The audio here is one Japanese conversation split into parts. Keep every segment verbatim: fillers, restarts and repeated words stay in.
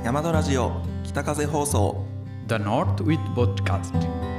山戸ラジオ北風放送 The North with Podcast。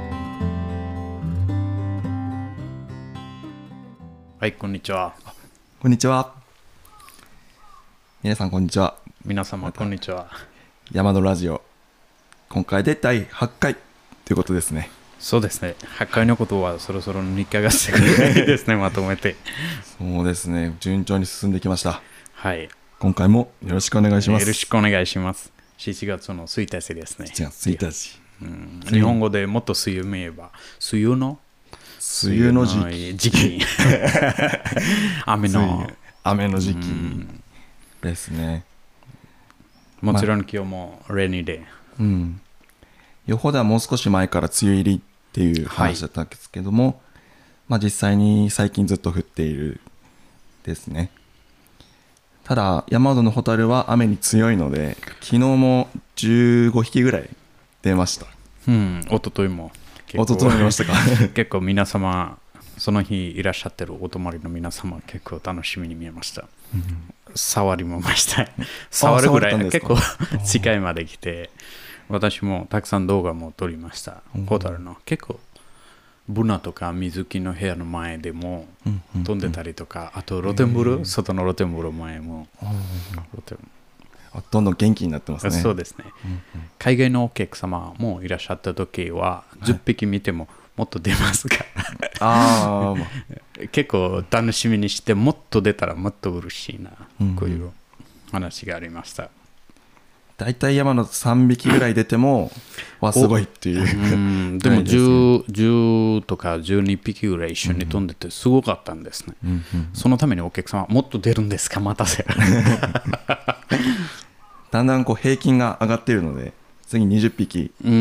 はい、こんにちは。 こんにちは。皆さんこんにちは。 皆様こんにちは。 山戸ラジオ今回でだいはちかいということですね。 そうですね。はちかいのことはそろそろ日課がしてくれないですね。まとめて。 そうですね。順調に進んできました。 はい。 今回もよろしくお願いします。 よろしくお願いします。しちがつのついたちですね。 しちがつついたち、 うん、日本語でもっと梅雨見えば梅雨の梅雨の時期時期雨の雨の時期ですね。 もちろん今日もレニーで、 うん、予報ではもう少し前から梅雨入りっていう話だったんですけども、はい、まあ、実際に最近ずっと降っているですね。ただ山戸のホタルは雨に強いので昨日もじゅうごひきぐらい出ました。 うん、一昨日も一昨日も出ましたか結構皆様その日いらっしゃってるお泊まりの皆様結構楽しみに見えました、うん、触りもました触るぐらい結構近いまで来て私もたくさん動画も撮りました。ホタルの結構ブナとか水木の部屋の前でも飛んでたりとか、あと露天風呂、外の露天風呂前もどんどん元気になってますね。 そうですね、うんうん、海外のお客様もいらっしゃった時はじゅっぴき見てももっと出ますから、 あ結構楽しみにしてもっと出たらもっと嬉しいな、 うんうん、 こういう話がありました。 だいたい山のさんびきぐらい出てもわすごいっていう、 うん、でも 10, 10とかじゅうにぴきぐらい一緒に飛んでてすごかったんですね、うんうんうん、そのためにお客様もっと出るんですか待たせだんだんこう平均が上がっているので次にじゅっぴき、 うん、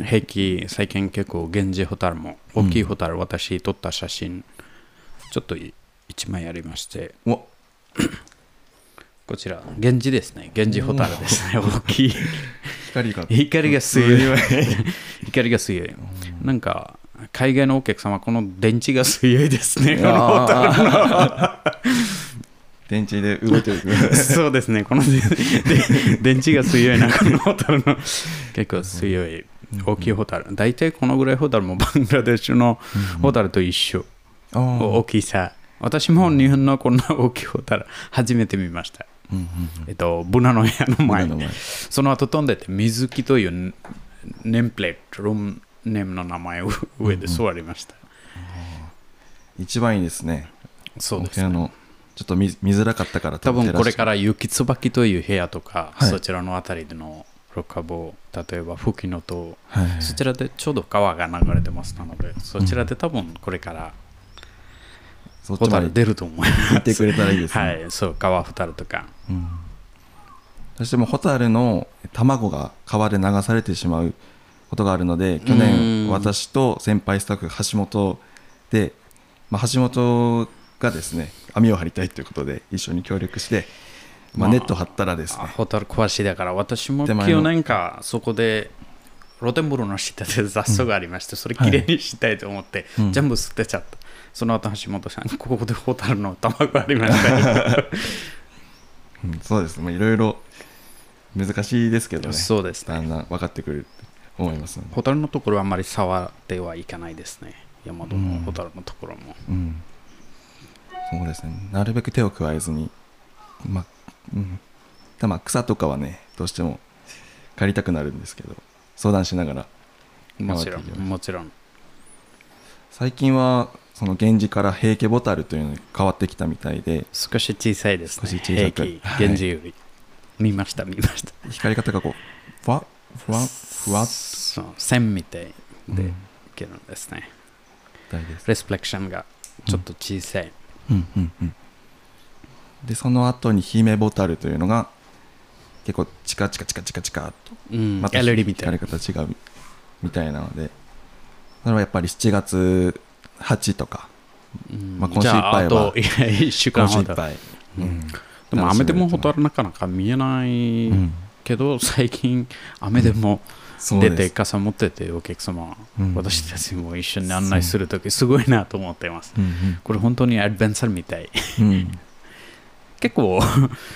平均最近結構ゲンジホタルも大きいホタル、うん、私撮った写真ちょっといちまいありましておこちらゲンジですね。ゲンジホタルですね。大きい光が光が強い光が強い。なんか海外のお客様この電池が強いですね。このホタルの電池で動いてるそうですね。この電池が強いなこのホタルの結構強い大きいホタル。大体このぐらいホタルもバングラデシュのホタルと一緒、うん、大きさ。私も日本のこんな大きいホタル初めて見ました。うんうんうん、えっと、ブナの部屋の 前, の前その後飛んでて水木というネームプレートルームネームの名前を上で座りました、 うんうん、一番いいですね。 そうですね。 お部屋のちょっと 見, 見づらかったから多分これから雪椿という部屋とか、 はい、 そちらのあたりでのロカボ例えば吹きのと、 はいはい、 そちらでちょうど川が流れてますのでそちらで多分これから、うん、ホタル出ると思います。 見てくれたらいいですね。 はい、そう川ホタルとか、 うん、そしてもホタルの卵が川で流されてしまうことがあるので去年私と先輩スタッフ橋本で、まあ、橋本がですね網を張りたいということで一緒に協力して、まあ、ネット張ったらですね、 まあ、ホタル詳しいだから私も去年かそこで露天風呂の下で雑草がありまして、うん、それきれいにしたいと思って、はい、全部捨てちゃった、うん、その後橋本さんここでホタルの卵ありましたうん、そうですね。いろいろ難しいですけどね。 そうですね。 だんだん分かってくると思いますので。 ホタルのところはあんまり触ってはいかないですね。山戸のホタルのところも、 うんうん、そうですね。なるべく手を加えずに、まうん、たま草とかはねどうしても刈りたくなるんですけど相談しながらもちろんもちろん最近はその源氏から平家ボタルというのに変わってきたみたいで少し小さいですね。 少し小さく源氏より、はい、見ました見ました。 光り方がこうふわふわふわっそう線みたいでいけるんですね、うん、レスプレクションがちょっと小さい、 うんうんうんうん、でその後に姫ボタルというのが結構チカチカチカチカチカっと、 うん、 また光り方違うみたいなのでそれはやっぱりしちがつはちとか、 うんまあ、今週いっぱいはじゃああといっしゅうかんほど、 うん、 でも雨でもホタルなかなか見えないけど、うん、最近雨でも出て傘持っててお客様、うん、私たちも一緒に案内するときすごいなと思っています、うんうん、これ本当にアドベンチャーみたい、うん、結構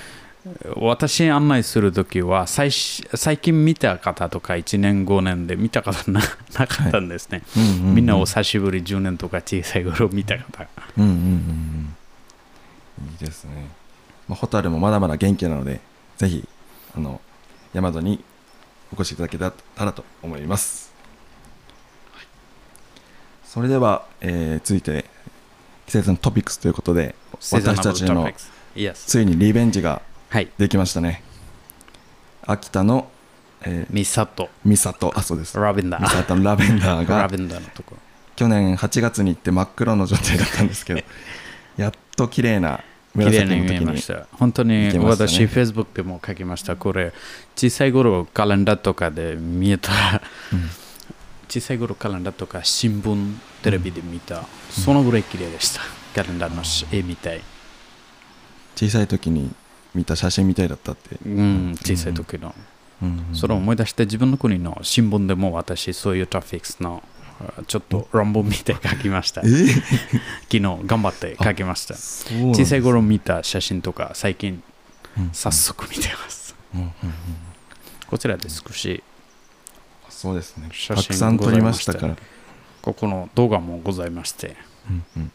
私案内するときは最最近見た方とかいちねんごねんで見た方 な, なかったんですね、はい、うんうんうん、みんなお久しぶりじゅうねんとか小さい頃見た方、 うんうんうん、いいですね、まあ、ホタルもまだまだ元気なのでぜひあの大和にお越しいただけたらと思います、はい、それでは、えー、続いて季節のトピックスということで私たちのついにリベンジができましたね、はい、秋田の、 えー、ミサトミサトあそうですラベンダーミサトのラベンダーがラベンダーのところ去年はちがつに行って真っ黒の状態だったんですけどやっと綺麗な紫の時に見えました。本当に私、フェイスブックでも書きました。これ、小さい頃カレンダーとかで見えた、うん、小さい頃カレンダーとか新聞、テレビで見た、うん、そのぐらい綺麗でした。カレンダーの絵みたい。 小さい時に見た写真みたいだったって。 うん、小さい時の。うんうん、それを思い出して、自分の国の新聞でも私、そういうトラフィックスのちょっと論文見て書きました。昨日頑張って書きました。小さい頃見た写真とか最近早速見てます。うんうんうん、こちらで少しそうですね。たくさん撮りましたから。 ここの動画もございまして。 うん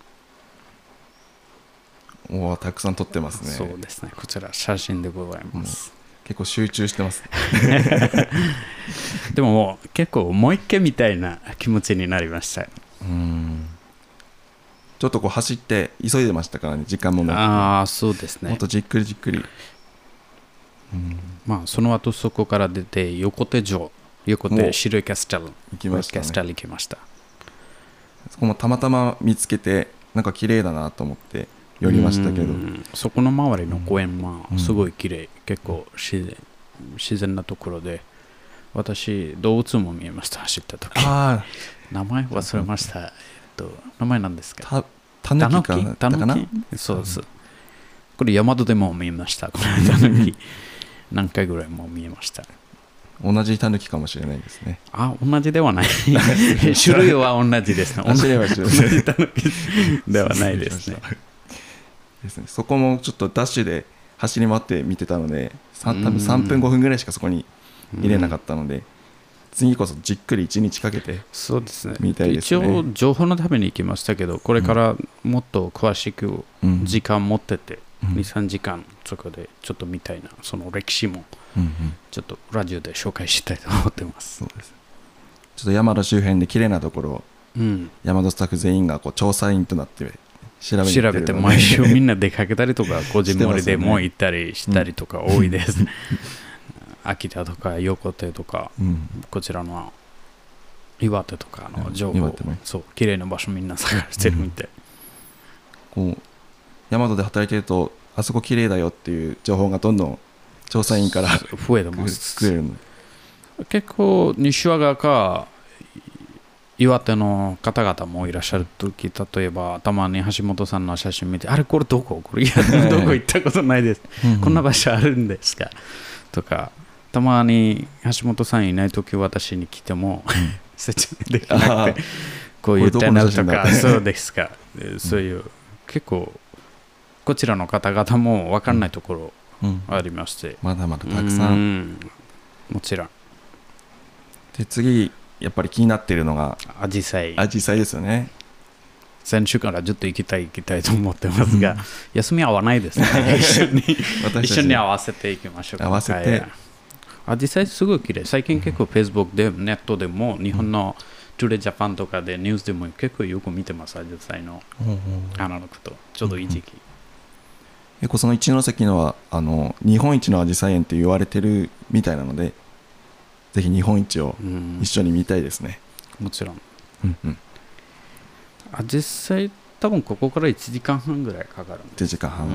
うん、おたくさん撮ってますね。 そうですね。こちら写真でございます。 結構集中してます、 ね、でももう結構もう一回みたいな気持ちになりました。 うんちょっとこう走って急いでましたからね、時間もなくて。 ああそうですね。 もっとじっくりじっくり、 うんまあ、その後そこから出て横手城横手白いキャステル行きました、ね、キャステル行きました。 そこもたまたま見つけてなんか綺麗だなと思って寄りましたけど、 そこの周りの公園もすごい綺麗、うん、結構自然、自然なところで、私動物も見えました。走った時。あ名前忘れました、えっと、名前なんですか。 タヌキかなタヌキそうです。これ山戸でも見えました。このタヌキ何回ぐらいも見えました。 同じタヌキかもしれないですね。 あ、同じではない種類は同じですね。同じタヌキではないですね。 ですね、そこもちょっとダッシュで走り回って見てたので、多分さんぷんごふんぐらいしかそこに入れなかったので、次こそじっくりいちにちかけて見たいですね。 一応情報のために行きましたけど、これからもっと詳しく時間持ってて、うん、にさんじかんそこでちょっと見たいな、その歴史もちょっとラジオで紹介したいと思ってます。 そうです。ちょっと山田周辺で綺麗なところを、うん、山田スタッフ全員がこう調査員となって調べ, 調べて毎週みんな出かけたりとかこじんまりでも行ったりしたりとか多いです、うん、秋田とか横手とか、うん、こちらの岩手とかの情報、うん、そう綺麗な場所みんな探してるみたい、 うん、こう大和で働いてるとあそこ綺麗だよっていう情報がどんどん調査員から増えてます。結構西和賀か岩手の方々もいらっしゃるとき、例えばたまに橋本さんの写真見て、あれこれどここれいやどこ行ったことないですこんな場所あるんですかとか、たまに橋本さんいないとき私に来ても、うん、説明できなくてこういうチャンネルとかそうですか、そういう結構こちらの方々も分かんないところありまして、 うん、まだまだたくさん、うん、 もちろんで次やっぱり気になっているのがアジサイ。 アジサイですよね。 先週からずっと行きたい行きたいと思ってますが、うん、休み合わないですね。一緒に一緒に合わせていきましょうか。 合わせて。 アジサイすごい綺麗。最近結構 Facebook でネットでも日本のトゥデイジャパンとかでニュースでも結構よく見てます。アジサイの花のことちょうどいい時期。 結構その一関のはあの日本一のアジサイ園って言われてるみたいなので。ぜひ日本一を一緒に見たいですね。 うん、もちろん。うんうん、あ実際多分ここからいちじかんはんぐらいかかるんで。 いちじかんはん、うん、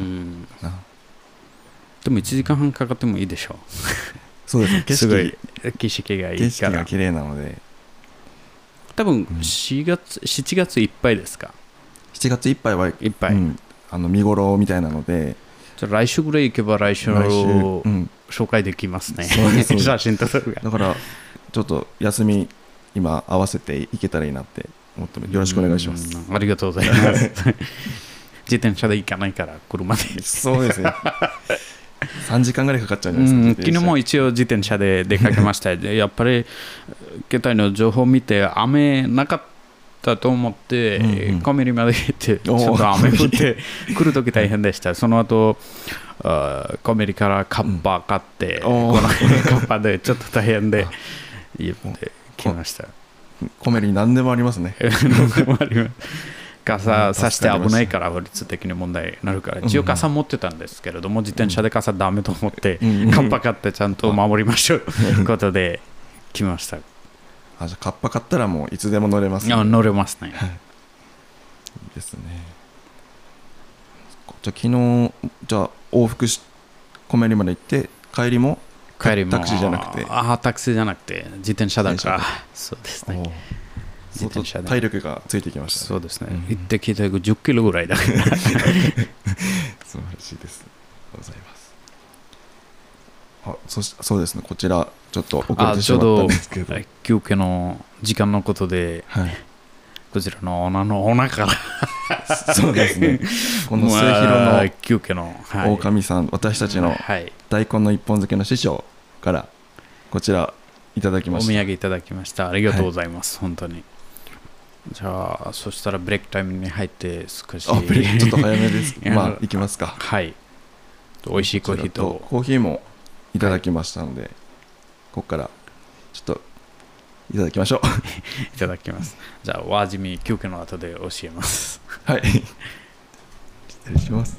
でもいちじかんはんかかってもいいでしょう。 そうですね。景色すごい景色がいいから。景色が綺麗なので。 多分しがつ、うん、しちがついっぱいですか。 しちがついっぱいはいっぱい、うん、 あの見頃みたいなので。 じゃ来週ぐらい行けば来週の、うん、紹介できますね。写真とそれが。 だからちょっと休み今合わせていけたらいいなって思ってよろしくお願いします。 ありがとうございます。自転車で行かないから車で。 そうですね。 さんじかんぐらいかかっちゃうんじゃないですか。 昨日も一応自転車で出かけました。やっぱり携帯の情報を見て雨なかったと思って、うんうん、コンビニまで行ってちょっと雨降って来るとき大変でした。その後あコンビニからカッパ買って、うん、このカッパでちょっと大変で言ってきました。 コンビニ何でもありますね。 何でもあります。傘さして危ないから法律的に問題になるから、一応傘持ってたんですけれども、自転車で傘ダメと思って、カッパ買ってちゃんと守りましょうということで来ました。 あ、じゃあカッパ買ったらもういつでも乗れますね。 あ、乗れますね。いいですね。じゃあ昨日じゃあ往復しコンビニまで行って帰りも帰りもタクシーじゃなくて、 あ、タクシーじゃなくて自転車だから、そうですね。 自転車で体力がついてきましたね。 そうですね、うん、行ってきてじゅっキロぐらいだから素晴らしいです。ございます。あ、そしそうですね、こちらちょっと遅れてしまったんですけど、 休憩の時間のことで、はい、こちらの女のお腹からそうですね、この末広の休憩の狼さん、私たちの大根の一本漬けの師匠からこちらいただきました。 お土産いただきました。ありがとうございます、はい、本当に。じゃあそしたらブレイクタイムに入って少し、 あ、ブレイクちょっと早めですまあ行きますか。 はい、美味しいコーヒーとコーヒーもいただきましたので、はい、ここからちょっといただきましょういただきます。じゃあお味見休憩の後で教えます。 はい失礼します。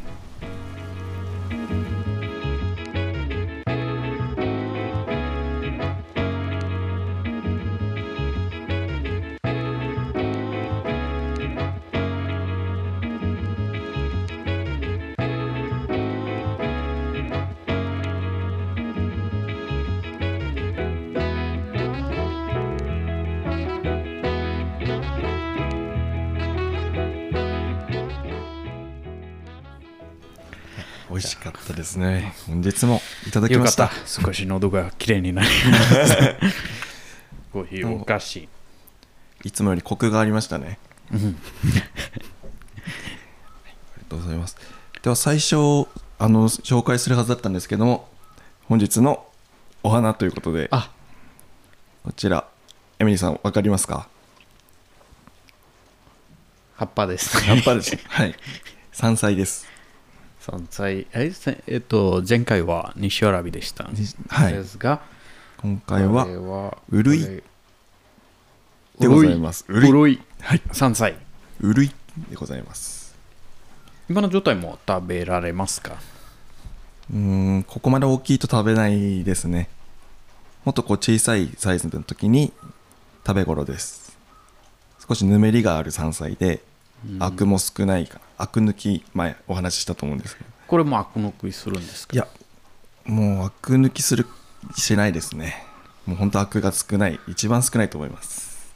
美味しかったですね。本日もいただきました。 よかった。少し喉がきれいになりましたコーヒーお菓子いつもよりコクがありましたねありがとうございます。では最初あの紹介するはずだったんですけども、本日のお花ということで、あ、こちらエミリーさん分かりますか？ 葉っぱです葉っぱですはい山菜です。 山菜、ええっと前回は西わらびでした、はい、ですが今回はうるいでございます。 うるい、はい、山菜うるいでございます。 今の状態も食べられますか？ うーん、ここまで大きいと食べないですね。もっとこう小さいサイズの時に食べ頃です。少しぬめりがある山菜で、アクも少ないかな。アク抜き前お話ししたと思うんですけど、 これもアク抜きするんですか？ いや、もうアク抜きするしないですね。もう本当アクが少ない、一番少ないと思います。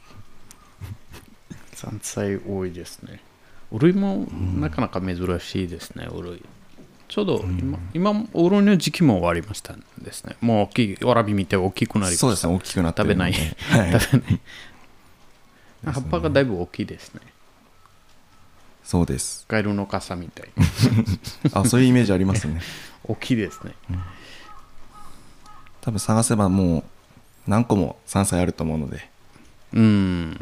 山菜多いですね。うるいもなかなか珍しいですね。うるいちょうど今、今うるいの時期も終わりましたですね。もう大きいわらび見て大きくなりました。 そうですね、大きくなって食べない、はい、食べない葉っぱがだいぶ大きいですね。 そうです。 カエルの傘みたいあ、そういうイメージありますね大きいですね、うん、 多分探せばもう何個も山菜あると思うので、うん、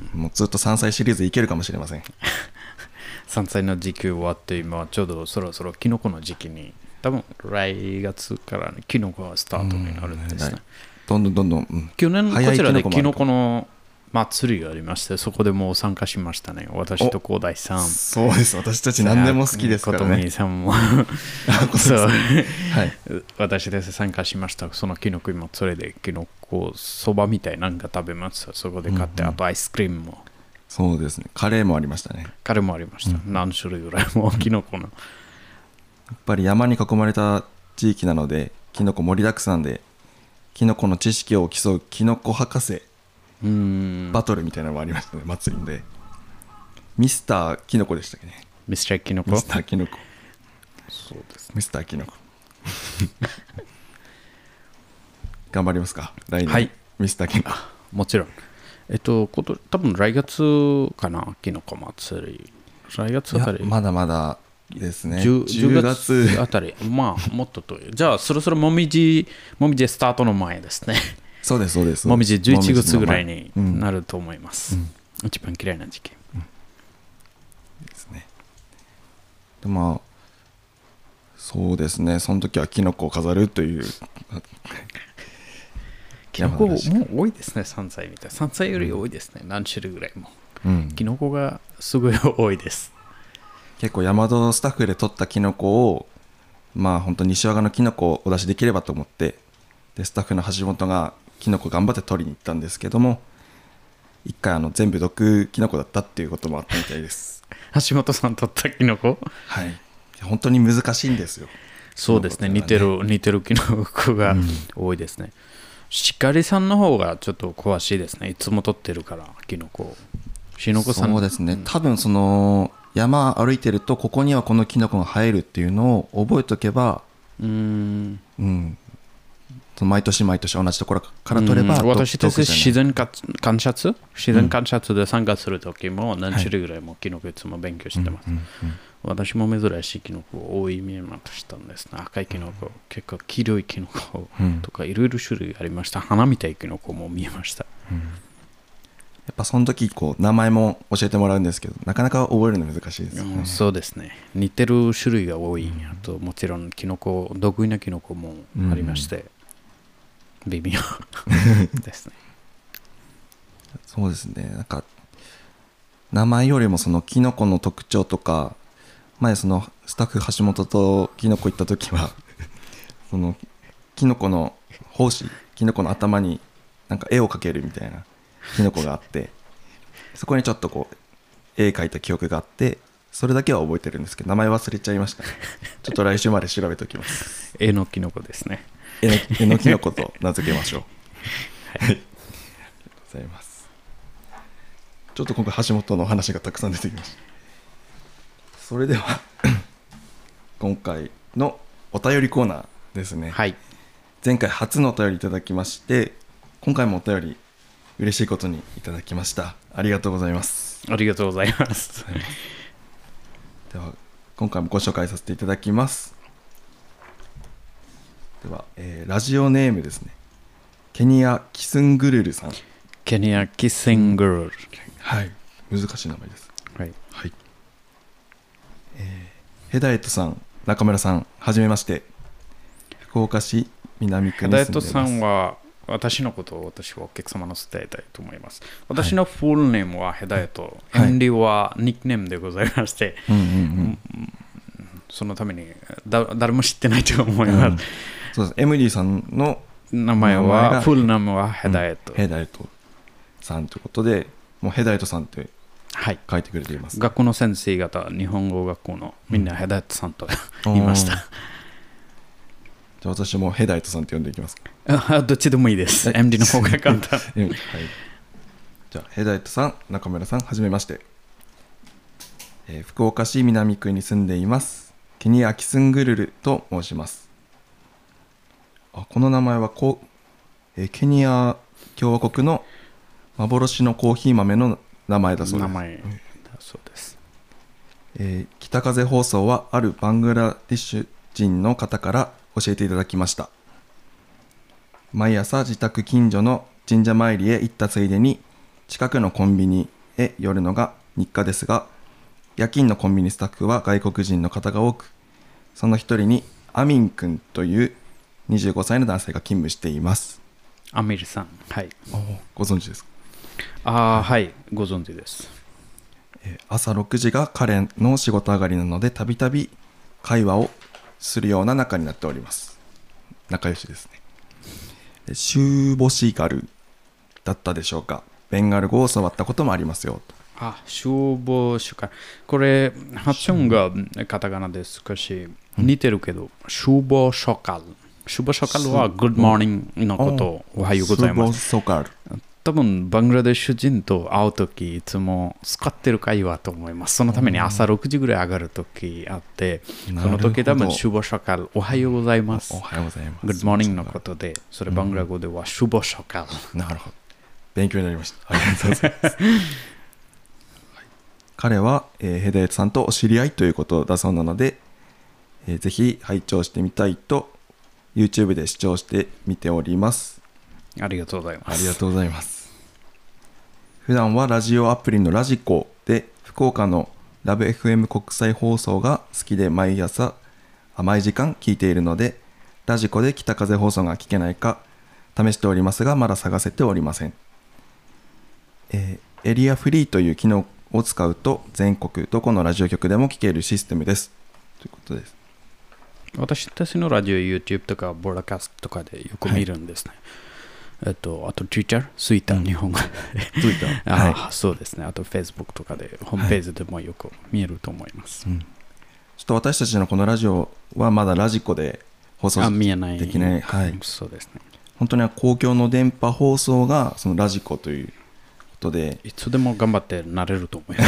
もうずっと山菜シリーズいけるかもしれません山菜の時期終わって今はちょうどそろそろキノコの時期に、多分来月からキノコがスタートになるんですね、 うん、どんどんどんどん、うん、 去年こちらでキノコの祭りがありまして、そこでもう参加しましたね。私と広大さん。 そうです。私たち何でも好きですからね。 ことみさんもそう、はい、私で参加しました。そのキノコ祭りでキノコそばみたいなのが食べました。そこで買って、うんうん、あとアイスクリームも。 そうですね。カレーもありましたね。 カレーもありました。うん、何種類ぐらいもキノコの。やっぱり山に囲まれた地域なので、キノコ盛りだくさんで、キノコの知識を競うキノコ博士うーんバトルみたいなのもありましたね、祭りで。ミスターキノコでしたっけね。 ミスターキノコ。 ミスターキノコ。 そうです、ね、 ミスターキノコ。頑張りますか、来年。 はい。 ミスターキノコ。 もちろん。えっと、こと多分来月かな、キノコ祭り。来月あたり。 まだまだですね。 10, じゅうがつあたり、まあもっととじゃあそろそろもみじもみじスタートの前ですね。 そうですそうです。 もみじじゅういちがつぐらいになると思います。うん、一番嫌いな時期、 うん、ですね。でまあそうですね。その時はキノコを飾るというキノコも多いですね。山菜みたい。山菜より多いですね。何種類ぐらいも。うん、キノコがすごい多いです。 結構山戸スタッフで取ったキノコをまあ本当に西和賀のキノコをお出しできればと思って、でスタッフの橋本がキノコ頑張って取りに行ったんですけども、一回あの全部毒キノコだったっていうこともあったみたいです。 橋本さん取ったキノコ、 はい、本当に難しいんですよ。 そうですね、似てる似てるキノコが多いですね。しかりさんの方がちょっと詳しいですね。いつも取ってるからキノコ。しのこさん。 そうですね、うん、多分その山歩いてるとここにはこのキノコが生えるっていうのを覚えておけば、うーん、うん、毎年毎年同じところから取れば、 私たち自然観察自然観察で参加するときも何種類ぐらいもキノコいつも勉強してます。私も珍しいキノコ多い見えましたんですね。赤いキノコ、結構黄色いキノコとかいろいろ種類ありました。花みたいキノコも見えました。うん、 やっぱその時こう名前も教えてもらうんですけど、なかなか覚えるの難しいですね。 うん、そうですね。似てる種類が多い。あともちろんキノコ得意なキノコもありまして、うん、微妙ですね。 そうですね。なんか名前よりもそのキノコの特徴とか、前そのスタッフ橋本とキノコ行った時はそのキノコの胞子、キノコの頭になんか絵を描けるみたいなキノコがあって、そこにちょっとこう絵描いた記憶があって、それだけは覚えてるんですけど名前忘れちゃいましたね。ちょっと来週まで調べておきます。 絵のキノコですね。 絵の、絵のキノコと名付けましょう。はい、ありがとうございます。ちょっと今回橋本の話がたくさん出てきました。それでは今回のお便りコーナーですね。 はい、 前回初のお便りいただきまして、今回もお便り嬉しいことにいただきました。ありがとうございます。 ありがとうございます。 では今回もご紹介させていただきます。では、えー、ラジオネームですね。ケニア・キスングルルさん。 ケニア・キスングルル、 はい、難しい名前です。 はい、 はい、えー、ヘダエットさん、中村さん、はじめまして。福岡市南区に住んでいます。 ヘダエットさんは私のことを私はお客様の伝えたいと思います。私のフルネームはヘダエット、はい、エンディはニックネームでございまして、うんうんうん、そのためにだ誰も知ってないと思います。うん、 そうです。エムディさんの名前はフルネームはヘダエット、 うん、ヘダエットさんということで、もうヘダエットさんって書いてくれています、 はい、学校の先生方、日本語学校のみんなヘダエットさんと言いました。 じゃあ私もヘダエットさんって呼んでいきますか。 あ、どっちでもいいです。エムディ の方が簡単。はい、 じゃあヘダエットさん、中村さん、はじめまして。えー、福岡市南区に住んでいますケニア・キスングルルと申します。あ、この名前はこう、えー、ケニア共和国の幻のコーヒー豆の名前だそうです。 名前だそうです。 えー、北風放送はあるバングラディッシュ人の方から教えていただきました。毎朝自宅近所の神社参りへ行ったついでに近くのコンビニへ寄るのが日課ですが、夜勤のコンビニスタッフは外国人の方が多く、その一人にアミン君というにじゅうごさいの男性が勤務しています。 アミルさん、はい、 ご存知ですか。 あ、はい、ご存知です。 朝ろくじが彼の仕事上がりなので、たびたび会話をするような仲になっております。仲良しですね。シューボシガルだったでしょうか。ベンガル語を教わったこともありますよ。 あ、シューボシガル、これ発音がカタカナで少し似てるけど、うん、シューボショカル、シューボショカルはグッドモーニングのことをおはようございます。 シューボショカル、 多分バングラデシュ人と会うときいつも使ってる会話と思います。そのために朝ろくじぐらい上がるときあって、その時多分シュボショカル、おはようございます、 おはようございます、 グッドモーニングのことで、それバングラ語ではシュボショカル、 なるほど、勉強になりました。ありがとうございます。はい、 彼は、えー、ヘダエトさんとお知り合いということだそうなので、えー、ぜひ拝聴してみたいと YouTube で視聴してみております。 ありがとうございます。 ありがとうございます。普段はラジオアプリのラジコで福岡のラブ エフエム 国際放送が好きで毎朝毎時間聞いているので、ラジコで北風放送が聞けないか試しておりますがまだ探せておりません。えー、エリアフリーという機能を使うと全国どこのラジオ局でも聞けるシステムですということです。 私たちのラジオ YouTube とかボーダーキャストとかでよく見るんですね。はい、えっと、あと Twitter、Twitter、うん、日本語で。 Twitter あ、はい、そうですね。あと Facebook とかでホームページでもよく見えると思います。 はい、うん、ちょっと私たちのこのラジオはまだラジコで放送できない。 あ、見えない。 はい。 そうですね。 本当に公共の電波放送がそのラジコということで、 いつでも頑張ってなれると思います。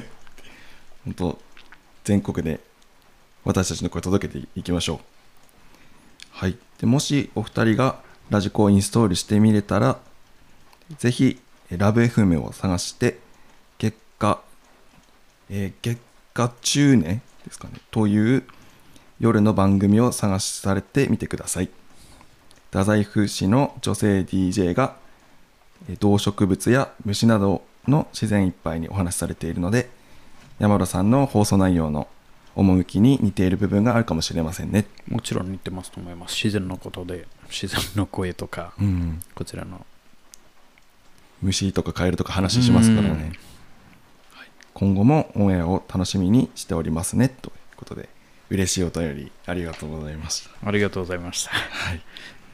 本当全国で私たちの声を届けていきましょう。はい。でもしお二人がラジコをインストールしてみれたら、ぜひラブ エフエム を探して月下、えー、月下中年ですかねという夜の番組を探しされてみてください。太宰府市の女性 ディージェー が動植物や虫などの自然いっぱいにお話しされているので、山田さんの放送内容の趣に似ている部分があるかもしれませんね。 もちろん似てますと思います。自然のことで、自然の声とか、うん、こちらの虫とかカエルとか話しますからね、はい、今後もオンエアを楽しみにしておりますねということで、嬉しいお便りありがとうございました。 ありがとうございました。 はい、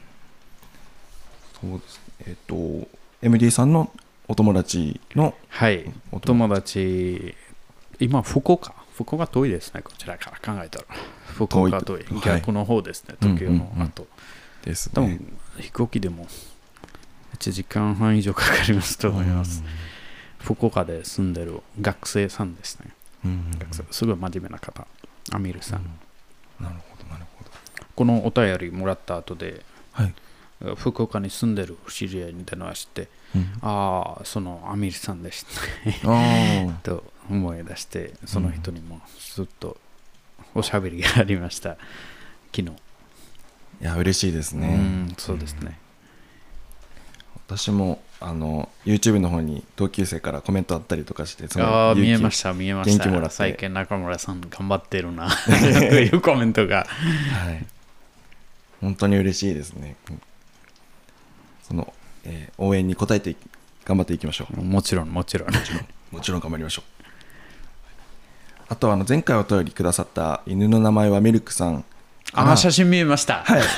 そうです。えっと エムディー さんのお友達の、 はい、お友達、今福岡福岡遠いですね、こちらから考えたら福岡遠い、逆の方ですね、東京の後、うんうんうん、ですね。多分飛行機でもいちじかんはん以上かかりますと思います。福岡で住んでる学生さんですね、うんうんうん、学生すごい真面目な方、アミルさん、 うん、なるほどなるほど。 このお便りもらった後で、 はい、 福岡に住んでる知り合いに電話して、うん、ああそのアミルさんでしたねと思い出して、その人にもずっとおしゃべりがありました、昨日。いや嬉しいですね。 うん、そうですね、うん、 私もあの YouTube の方に同級生からコメントあったりとかして、そのあ見えました見えました、 元気もらって、 最近中村さん頑張ってるなというコメントが、 はい、本当に嬉しいですね。その、えー、応援に応えて頑張っていきましょう。 もちろんもちろんもちろんもちろん頑張りましょう。あとはあの前回お便りくださった犬の名前はミルクさん、 ああ写真見えました、はい、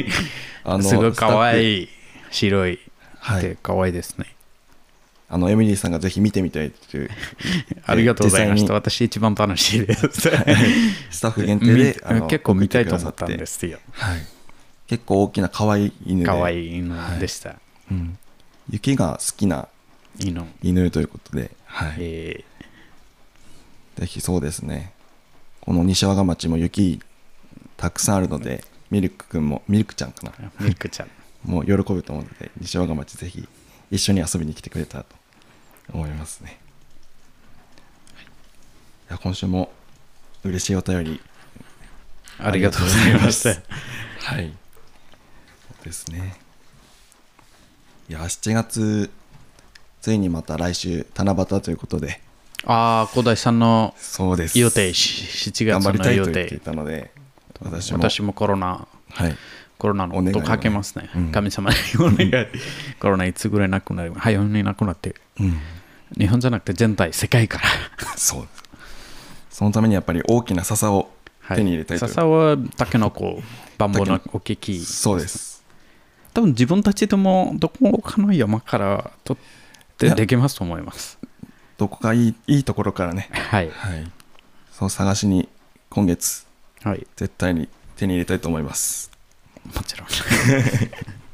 あのすごいかわいい白いでかわいいですね。 あのエミリーさんがぜひ見てみたいというありがとうございました。私一番楽しいですスタッフ限定であの結構見たいと思ったんですよ、はい、 結構大きな可愛い犬で可愛い犬でした、はい、 うん、雪が好きな 犬, 犬ということで、はい、えー、ぜひそうですね、この西和賀町も雪たくさんあるので、ミルクくんもミルクちゃんかなミルクちゃんもう喜ぶと思うので、西和賀町ぜひ一緒に遊びに来てくれたらと思いますね。はい、いや今週も嬉しいお便りありがとうございました。 はい、そうですね。いやしちがつついにまた来週七夕ということで、 ああ小田井さんのそうです予定しちがつの予定頑張りたいと言っていたので、私も私もコロナ、はい、コロナのことかけますね、うん、神様にお願いコロナいつぐらいなくなる、早めになくなって、うん、日本じゃなくて全体世界からそう、そのためにやっぱり大きな笹を手に入れたいという、 はい、笹はタケノコバンボの大きい木、 そうです。 多分自分たちでもどこかの山から取ってできますと思います。 どこかいい、いいところからね、 はい、 はい、そう探しに今月、 はい、 絶対に手に入れたいと思います。 もちろんありがとう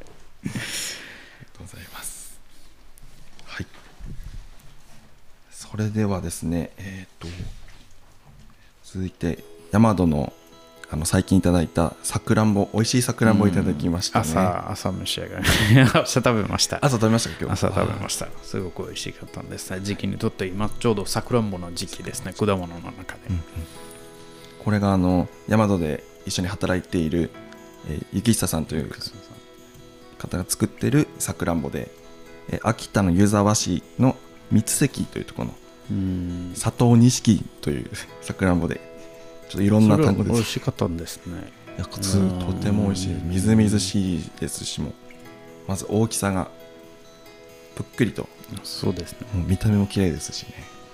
ございます。はい、それではですね、えーと続いてヤマドのあの最近いただいたさくらんぼ、美味しいさくらんぼいただきましたね。 朝、朝召し上がり朝食べました。 朝食べましたか今日。 朝食べました。すごく美味しかったんですね。時期にとって今ちょうどさくらんぼの時期ですね。果物の中で。 うんうん、これがあの大和で一緒に働いている、えー、雪下さんという方が作ってるさくらんぼで、えー、秋田の湯沢市の三関というところのうん佐藤錦というさくらんぼで、ちょっといろんな単語です。 美味しかったんですね。 いや普通とても美味しい、みずみずしいですし、もまず大きさがぷっくりと、 そうですね、 もう見た目も綺麗ですしね。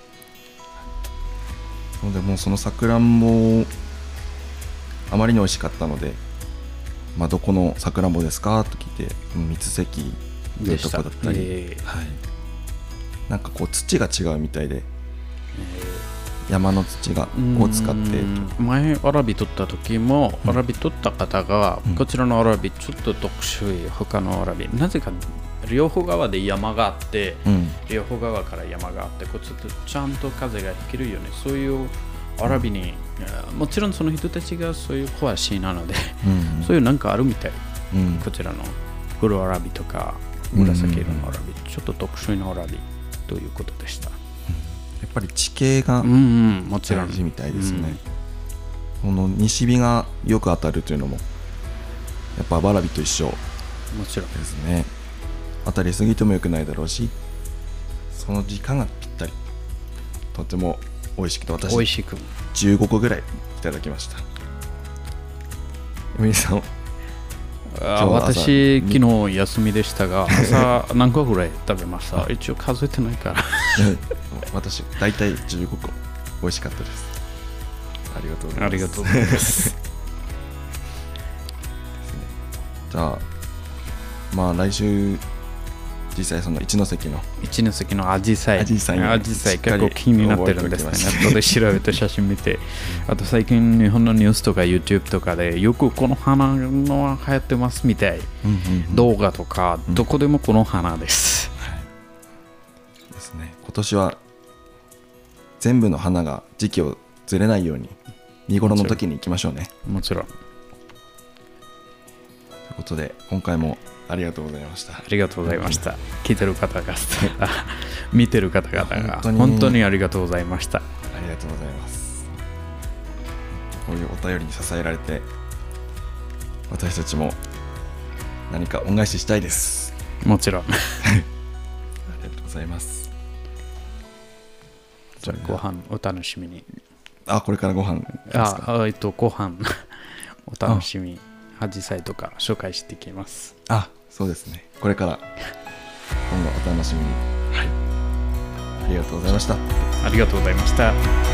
なのでもうそのさくらんぼあまりに美味しかったので、まあ、どこのさくらんぼですかと聞いて、三関というところだったり、 えーはい、なんかこう土が違うみたいで、 え山の土がを使って、 前わらび取った時も、 うん、 わらび取った方が、 うん、 こちらのわらびちょっと特殊い他のわらび、なぜか両方側で山があって、うん、両方側から山があって、こっちとちゃんと風が引けるように、そういうわらびに、うん、もちろんその人たちがそういう詳しいなので、うん、そういうなんかあるみたい、うん、こちらの黒わらびとか紫色のわらび、うん、ちょっと特殊なわらびということでした。 やっぱり地形が大事みたいですね。この西日がよく当たるというのもやっぱわらびと一緒ですね。当たりすぎてもよくないだろうし、その時間がぴったり、とても美味しくて、私美味しくじゅうごこぐらいいただきました。皆さん、 あ私昨日休みでしたが、朝何個ぐらい食べました？一応数えてないから私大体じゅうごこ、美味しかったです。ありがとうございます。 ありがとうございますじゃあまあ来週実際その一関の一関のアジサイアジサイ結構気になってるんですね。ネットで調べて写真見てあと最近日本のニュースとか YouTube とかでよくこの花の流行ってますみたい、うんうんうん、動画とかどこでもこの花です、うんはい、 ですね。今年は全部の花が時期をずれないように見頃の時に行きましょうね。 もちろん。ということで今回もありがとうございました。 ありがとうございました。聞いてる方が見てる方々が本当に、本当にありがとうございました。 ありがとうございます。こういうお便りに支えられて私たちも何か恩返ししたいです。 もちろんありがとうございます。 じゃあご飯お楽しみに。 あ、これからご飯ですか？ あ、えっとご飯お楽しみ。アジサイとか紹介していきます。 あ、そうですね。これから今後お楽しみに。はい。ありがとうございました。 ありがとうございました。